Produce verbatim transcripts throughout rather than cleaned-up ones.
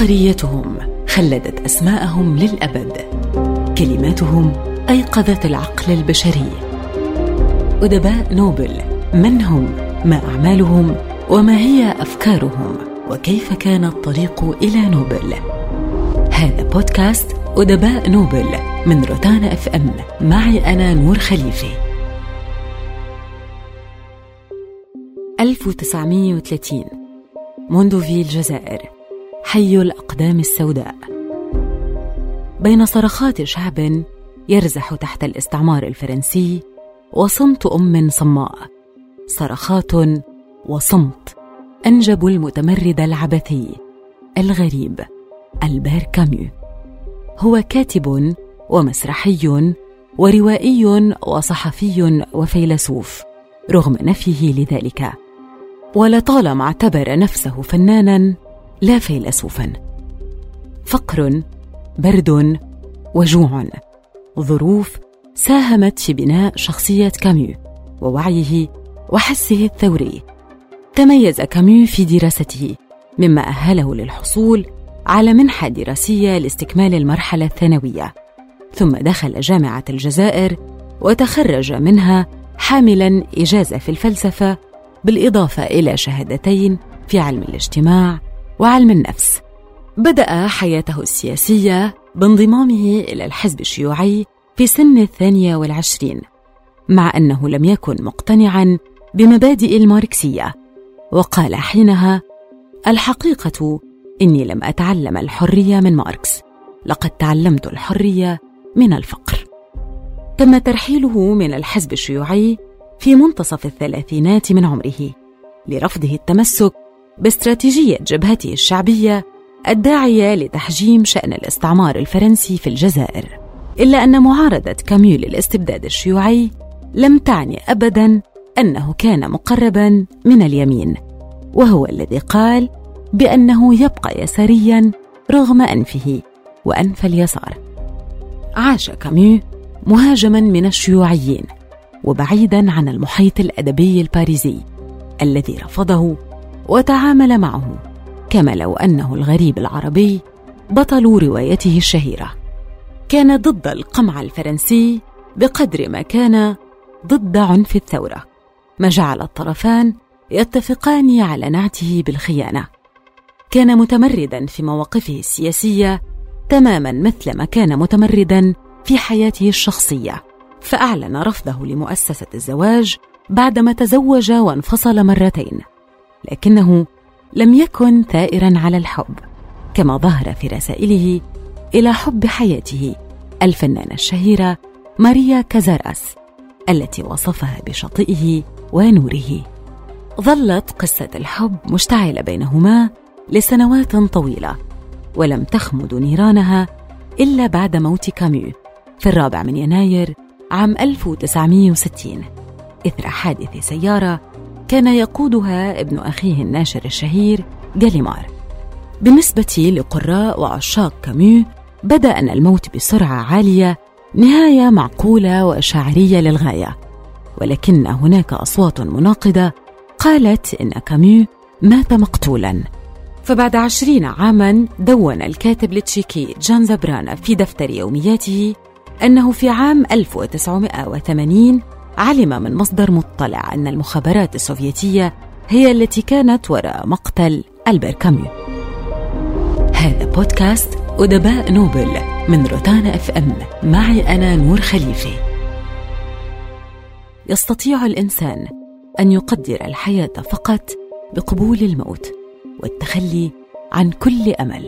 عبقريتهم خلدت أسماءهم للأبد. كلماتهم أيقظت العقل البشري. أدباء نوبل، من هم؟ ما أعمالهم؟ وما هي أفكارهم؟ وكيف كان الطريق إلى نوبل؟ هذا بودكاست أدباء نوبل من روتانا اف ام، معي أنا نور خليفة. ألف وتسعمائة وثلاثين، موندوفيل، الجزائر، حي الأقدام السوداء. بين صرخات شعب يرزح تحت الاستعمار الفرنسي وصمت أم صماء، صرخات وصمت أنجب المتمرد العبثي الغريب ألبير كاميو. هو كاتب ومسرحي وروائي وصحفي وفيلسوف رغم نفيه لذلك، ولطالما اعتبر نفسه فناناً لا فيلسوفاً. فقر، برد، وجوع، ظروف ساهمت في بناء شخصية كاميو ووعيه وحسه الثوري. تميز كاميو في دراسته، مما أهله للحصول على منحة دراسية لاستكمال المرحلة الثانوية، ثم دخل جامعة الجزائر وتخرج منها حاملاً إجازة في الفلسفة، بالإضافة إلى شهادتين في علم الاجتماع وعلم النفس. بدأ حياته السياسية بانضمامه إلى الحزب الشيوعي في سن الثانية والعشرين، مع أنه لم يكن مقتنعاً بمبادئ الماركسية، وقال حينها: الحقيقة إني لم أتعلم الحرية من ماركس، لقد تعلمت الحرية من الفقر. تم ترحيله من الحزب الشيوعي في منتصف الثلاثينات من عمره لرفضه التمسك باستراتيجية جبهته الشعبية الداعية لتحجيم شأن الاستعمار الفرنسي في الجزائر. إلا أن معارضة كاميو للاستبداد الشيوعي لم تعني أبداً أنه كان مقرباً من اليمين، وهو الذي قال بأنه يبقى يسارياً رغم أنفه وأنف اليسار. عاش كاميو مهاجماً من الشيوعيين وبعيداً عن المحيط الأدبي الباريسي الذي رفضه وتعامل معه كما لو أنه الغريب العربي بطل روايته الشهيرة. كان ضد القمع الفرنسي بقدر ما كان ضد عنف الثورة، ما جعل الطرفان يتفقان على نعته بالخيانة. كان متمرداً في مواقفه السياسية تماماً مثل ما كان متمرداً في حياته الشخصية، فأعلن رفضه لمؤسسة الزواج بعدما تزوج وانفصل مرتين، لكنه لم يكن ثائراً على الحب، كما ظهر في رسائله إلى حب حياته الفنانة الشهيرة ماريا كازاراس التي وصفها بشاطئه ونوره. ظلت قصة الحب مشتعلة بينهما لسنوات طويلة، ولم تخمد نيرانها إلا بعد موت كاميو في الرابع من يناير عام ألف وتسعمائة وستين إثر حادث سيارة كان يقودها ابن أخيه الناشر الشهير غاليمار. بالنسبة لقراء وعشاق كاميو، بدأ أن الموت بسرعة عالية نهاية معقولة وشاعرية للغاية، ولكن هناك أصوات مناقضة قالت إن كاميو مات مقتولاً. فبعد عشرين عاماً دون الكاتب التشيكي جان زبرانا في دفتر يومياته أنه في عام ألف وتسعمائة وثمانين علم من مصدر مطلع أن المخابرات السوفيتية هي التي كانت وراء مقتل ألبير كاميو. هذا بودكاست أدباء نوبل من روتانا اف ام، معي أنا نور خليفة. يستطيع الإنسان أن يقدر الحياة فقط بقبول الموت والتخلي عن كل أمل.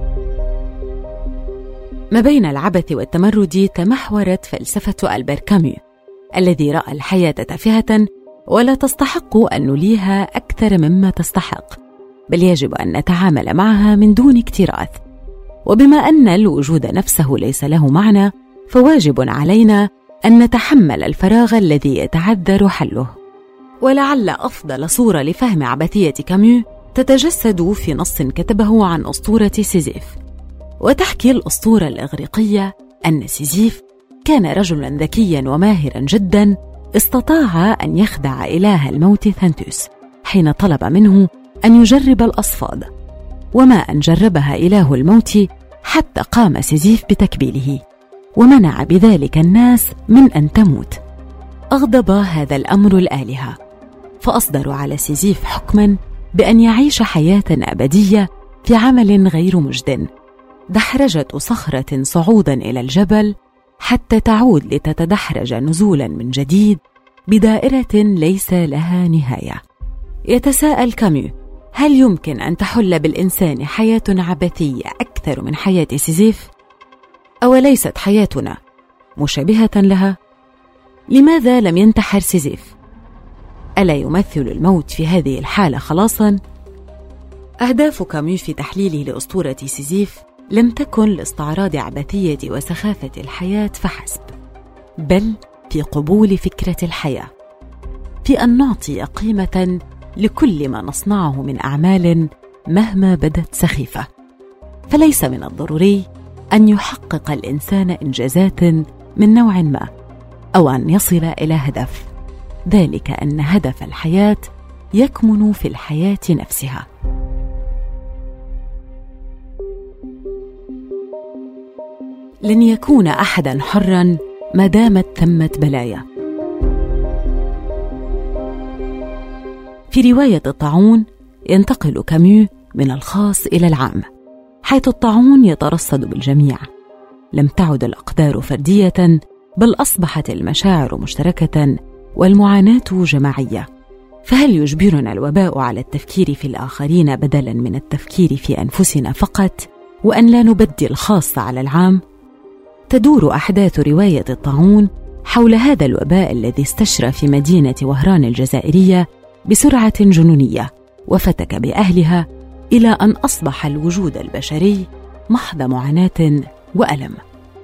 ما بين العبث والتمرد تمحورت فلسفة ألبير كاميو الذي رأى الحياة تافهة ولا تستحق أن نليها أكثر مما تستحق، بل يجب أن نتعامل معها من دون اكتراث. وبما أن الوجود نفسه ليس له معنى، فواجب علينا أن نتحمل الفراغ الذي يتعذر حله. ولعل أفضل صورة لفهم عبثية كاميو تتجسد في نص كتبه عن أسطورة سيزيف. وتحكي الأسطورة الإغريقية أن سيزيف كان رجلاً ذكياً وماهراً جداً، استطاع أن يخدع إله الموت ثانتوس حين طلب منه أن يجرب الأصفاد. وما أن جربها إله الموت حتى قام سيزيف بتكبيله ومنع بذلك الناس من أن تموت. أغضب هذا الأمر الآلهة، فأصدروا على سيزيف حكماً بأن يعيش حياة أبدية في عمل غير مجد. دحرجت صخرة صعوداً إلى الجبل حتى تعود لتتدحرج نزولاً من جديد بدائرة ليس لها نهاية. يتساءل كاميو: هل يمكن أن تحل بالإنسان حياة عبثية أكثر من حياة سيزيف؟ أوليست حياتنا مشابهة لها؟ لماذا لم ينتحر سيزيف؟ ألا يمثل الموت في هذه الحالة خلاصاً؟ أهداف كاميو في تحليله لأسطورة سيزيف لم تكن لاستعراض عبثية وسخافة الحياة فحسب، بل في قبول فكرة الحياة، في أن نعطي قيمة لكل ما نصنعه من أعمال مهما بدت سخيفة. فليس من الضروري أن يحقق الإنسان إنجازات من نوع ما أو أن يصل إلى هدف، ذلك أن هدف الحياة يكمن في الحياة نفسها. لن يكون أحدا حرا ما دامت ثمة بلايا. في رواية الطاعون ينتقل كاميو من الخاص إلى العام، حيث الطاعون يترصد بالجميع. لم تعد الأقدار فردية، بل أصبحت المشاعر مشتركة والمعاناة جماعية. فهل يجبرنا الوباء على التفكير في الآخرين بدلاً من التفكير في أنفسنا فقط، وأن لا نبدي الخاص على العام؟ تدور أحداث رواية الطاعون حول هذا الوباء الذي استشرى في مدينة وهران الجزائرية بسرعة جنونية وفتك بأهلها، إلى أن أصبح الوجود البشري محض معاناة وألم.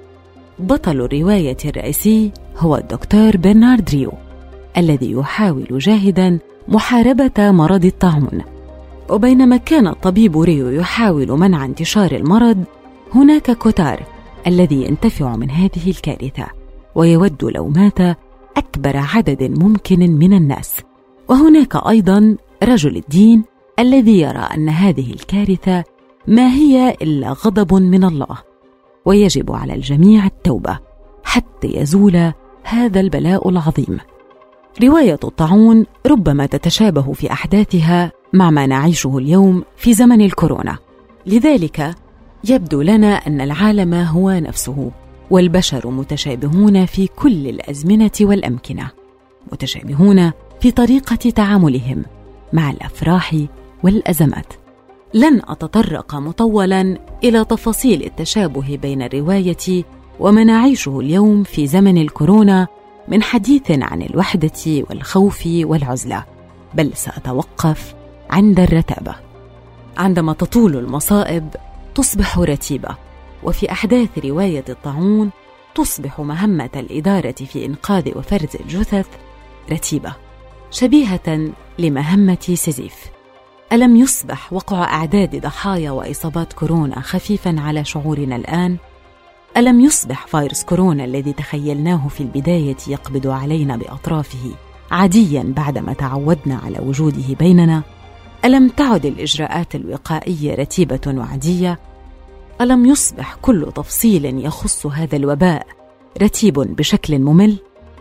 بطل الرواية الرئيسي هو الدكتور برنارد ريو، الذي يحاول جاهداً محاربة مرض الطاعون. وبينما كان الطبيب ريو يحاول منع انتشار المرض، هناك كوتار الذي ينتفع من هذه الكارثة ويود لو مات أكبر عدد ممكن من الناس. وهناك أيضاً رجل الدين الذي يرى أن هذه الكارثة ما هي إلا غضب من الله، ويجب على الجميع التوبة حتى يزول هذا البلاء العظيم. رواية الطاعون ربما تتشابه في أحداثها مع ما نعيشه اليوم في زمن الكورونا، لذلك يبدو لنا أن العالم هو نفسه، والبشر متشابهون في كل الأزمنة والأمكنة، متشابهون في طريقة تعاملهم مع الأفراح والأزمات. لن أتطرق مطولاً إلى تفاصيل التشابه بين الرواية وما نعيشه اليوم في زمن الكورونا من حديث عن الوحدة والخوف والعزلة، بل سأتوقف عند الرتابة. عندما تطول المصائب تصبح رتيبة، وفي أحداث رواية الطاعون تصبح مهمة الإدارة في إنقاذ وفرز الجثث رتيبة، شبيهة لمهمة سيزيف. ألم يصبح وقع أعداد ضحايا وإصابات كورونا خفيفاً على شعورنا الآن؟ ألم يصبح فيروس كورونا الذي تخيلناه في البداية يقبض علينا بأطرافه عادياً بعدما تعودنا على وجوده بيننا؟ ألم تعد الإجراءات الوقائية رتيبة وعادية؟ ألم يصبح كل تفصيل يخص هذا الوباء رتيب بشكل ممل؟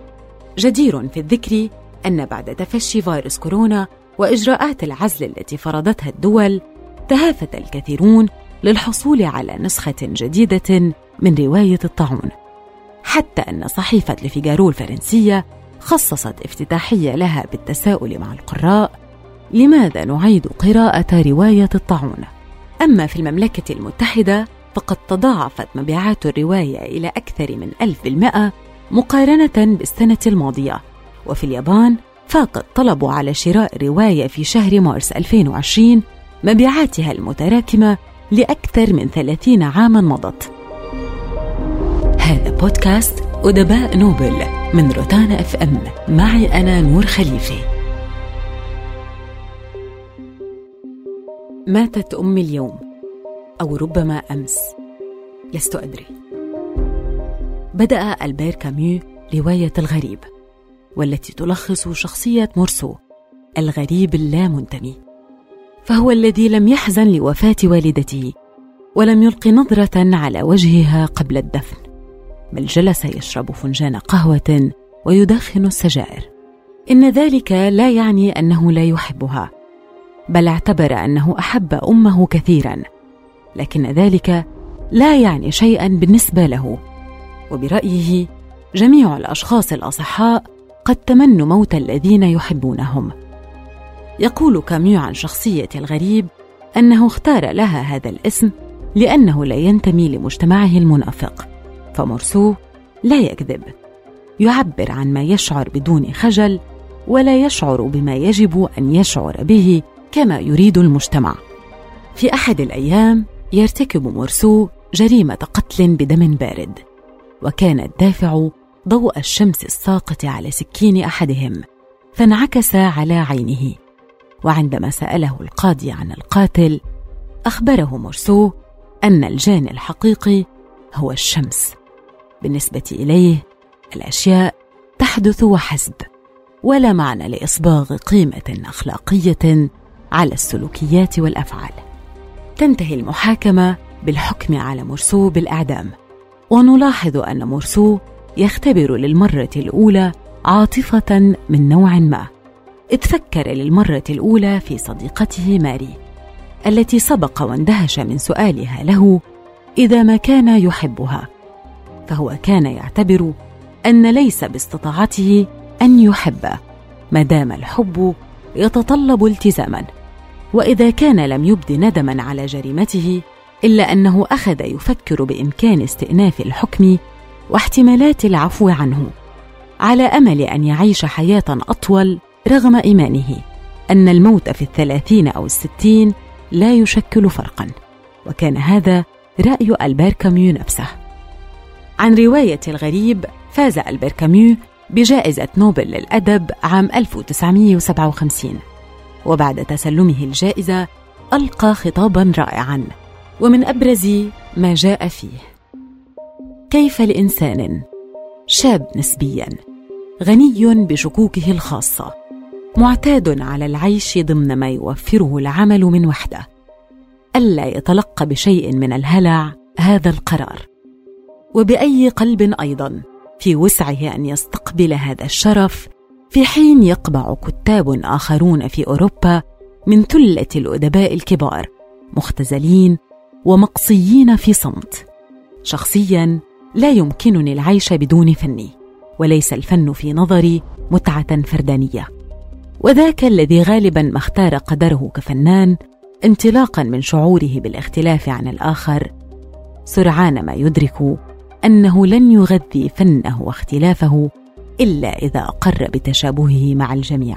جدير في الذكر أن بعد تفشي فيروس كورونا وإجراءات العزل التي فرضتها الدول، تهافت الكثيرون للحصول على نسخة جديدة من رواية الطاعون، حتى أن صحيفة لفيغارو الفرنسية خصصت افتتاحية لها بالتساؤل مع القراء: لماذا نعيد قراءة رواية الطاعون؟ أما في المملكة المتحدة فقد تضاعفت مبيعات الرواية إلى أكثر من ألف بالمئة مقارنة بالسنة الماضية، وفي اليابان فاق الطلب على شراء رواية في شهر مارس ألفين وعشرين مبيعاتها المتراكمة لأكثر من ثلاثين عاما مضت. هذا بودكاست أدباء نوبل من روتانا اف ام، معي أنا نور خليفي. ماتت أمي اليوم، أو ربما أمس، لست أدري. بدأ ألبير كاميو رواية الغريب، والتي تلخص شخصية مورسو الغريب اللامنتمي. فهو الذي لم يحزن لوفاة والدته ولم يلق نظرة على وجهها قبل الدفن، بل جلس يشرب فنجان قهوة ويدخن السجائر. إن ذلك لا يعني أنه لا يحبها، بل اعتبر أنه أحب أمه كثيراً، لكن ذلك لا يعني شيئاً بالنسبة له. وبرأيه جميع الأشخاص الأصحاء قد تمنوا موت الذين يحبونهم. يقول كاميو عن شخصية الغريب أنه اختار لها هذا الاسم لأنه لا ينتمي لمجتمعه المنافق، فمورسو لا يكذب، يعبر عن ما يشعر بدون خجل، ولا يشعر بما يجب أن يشعر به كما يريد المجتمع. في أحد الأيام يرتكب مورسو جريمة قتل بدم بارد، وكان الدافع ضوء الشمس الساقط على سكين أحدهم، فانعكس على عينه. وعندما سأله القاضي عن القاتل أخبره مورسو أن الجاني الحقيقي هو الشمس. بالنسبة إليه الأشياء تحدث وحسب، ولا معنى لإصباغ قيمة أخلاقية على السلوكيات والأفعال. تنتهي المحاكمة بالحكم على مورسو بالإعدام، ونلاحظ أن مورسو يختبر للمرة الأولى عاطفة من نوع ما، إذ فكر للمرة الأولى في صديقته ماري التي سبق واندهش من سؤالها له إذا ما كان يحبها، فهو كان يعتبر أن ليس باستطاعته أن يحب ما دام الحب يتطلب التزاما. وإذا كان لم يبد ندما على جريمته، إلا أنه أخذ يفكر بإمكان استئناف الحكم واحتمالات العفو عنه، على أمل أن يعيش حياة أطول، رغم إيمانه أن الموت في الثلاثين أو الستين لا يشكل فرقا. وكان هذا رأي ألبير كاميو نفسه. عن رواية الغريب فاز ألبير كاميو بجائزة نوبل للأدب عام ألف وتسعمائة وسبعة وخمسين، وبعد تسلمه الجائزة ألقى خطابا رائعا، ومن أبرز ما جاء فيه: كيف لإنسان شاب نسبيا غني بشكوكه الخاصة، معتاد على العيش ضمن ما يوفره العمل من وحده، ألا يتلقى بشيء من الهلع هذا القرار، وبأي قلب أيضا في وسعه أن يستقبل هذا الشرف، في حين يقبع كتاب آخرون في أوروبا من ثلة الأدباء الكبار مختزلين ومقصيين في صمت. شخصيا لا يمكنني العيش بدون فني، وليس الفن في نظري متعة فردانية، وذاك الذي غالبا ما اختار قدره كفنان انطلاقا من شعوره بالاختلاف عن الآخر، سرعان ما يدرك أنه لن يغذي فنه واختلافه إلا إذا أقر بتشابهه مع الجميع.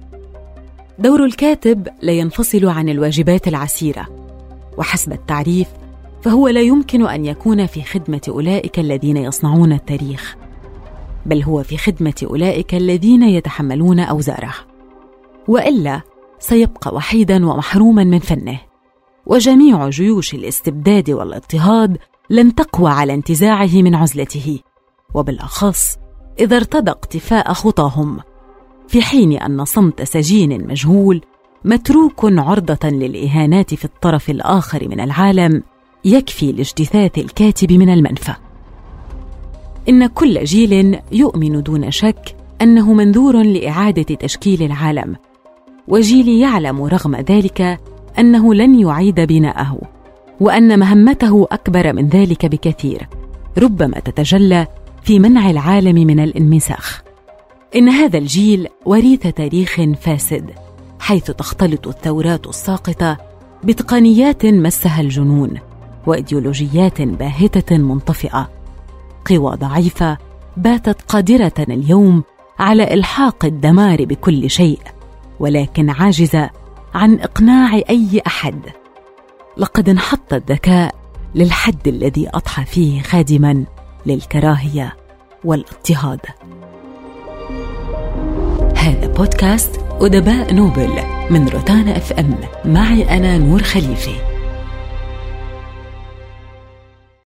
دور الكاتب لا ينفصل عن الواجبات العسيرة، وحسب التعريف فهو لا يمكن أن يكون في خدمة أولئك الذين يصنعون التاريخ، بل هو في خدمة أولئك الذين يتحملون أوزاره، وإلا سيبقى وحيدا ومحروما من فنه. وجميع جيوش الاستبداد والاضطهاد لن تقوى على انتزاعه من عزلته، وبالأخص إذا ارتضى اقتفاء خطاهم، في حين أن صمت سجين مجهول متروك عرضة للإهانات في الطرف الآخر من العالم يكفي لاجتثاث الكاتب من المنفى. إن كل جيل يؤمن دون شك أنه منذور لإعادة تشكيل العالم، وجيل يعلم رغم ذلك أنه لن يعيد بناءه، وأن مهمته أكبر من ذلك بكثير، ربما تتجلى في منع العالم من الانمساخ. إن هذا الجيل وريث تاريخ فاسد، حيث تختلط الثورات الساقطة بتقنيات مسها الجنون، وإيديولوجيات باهتة منطفئة، قوى ضعيفة باتت قادرة اليوم على إلحاق الدمار بكل شيء، ولكن عاجزة عن إقناع أي أحد. لقد انحط الذكاء للحد الذي أضحى فيه خادما للكراهية والاضطهاد. هذا بودكاست أدباء نوبل من روتانا اف ام، معي أنا نور خليفي.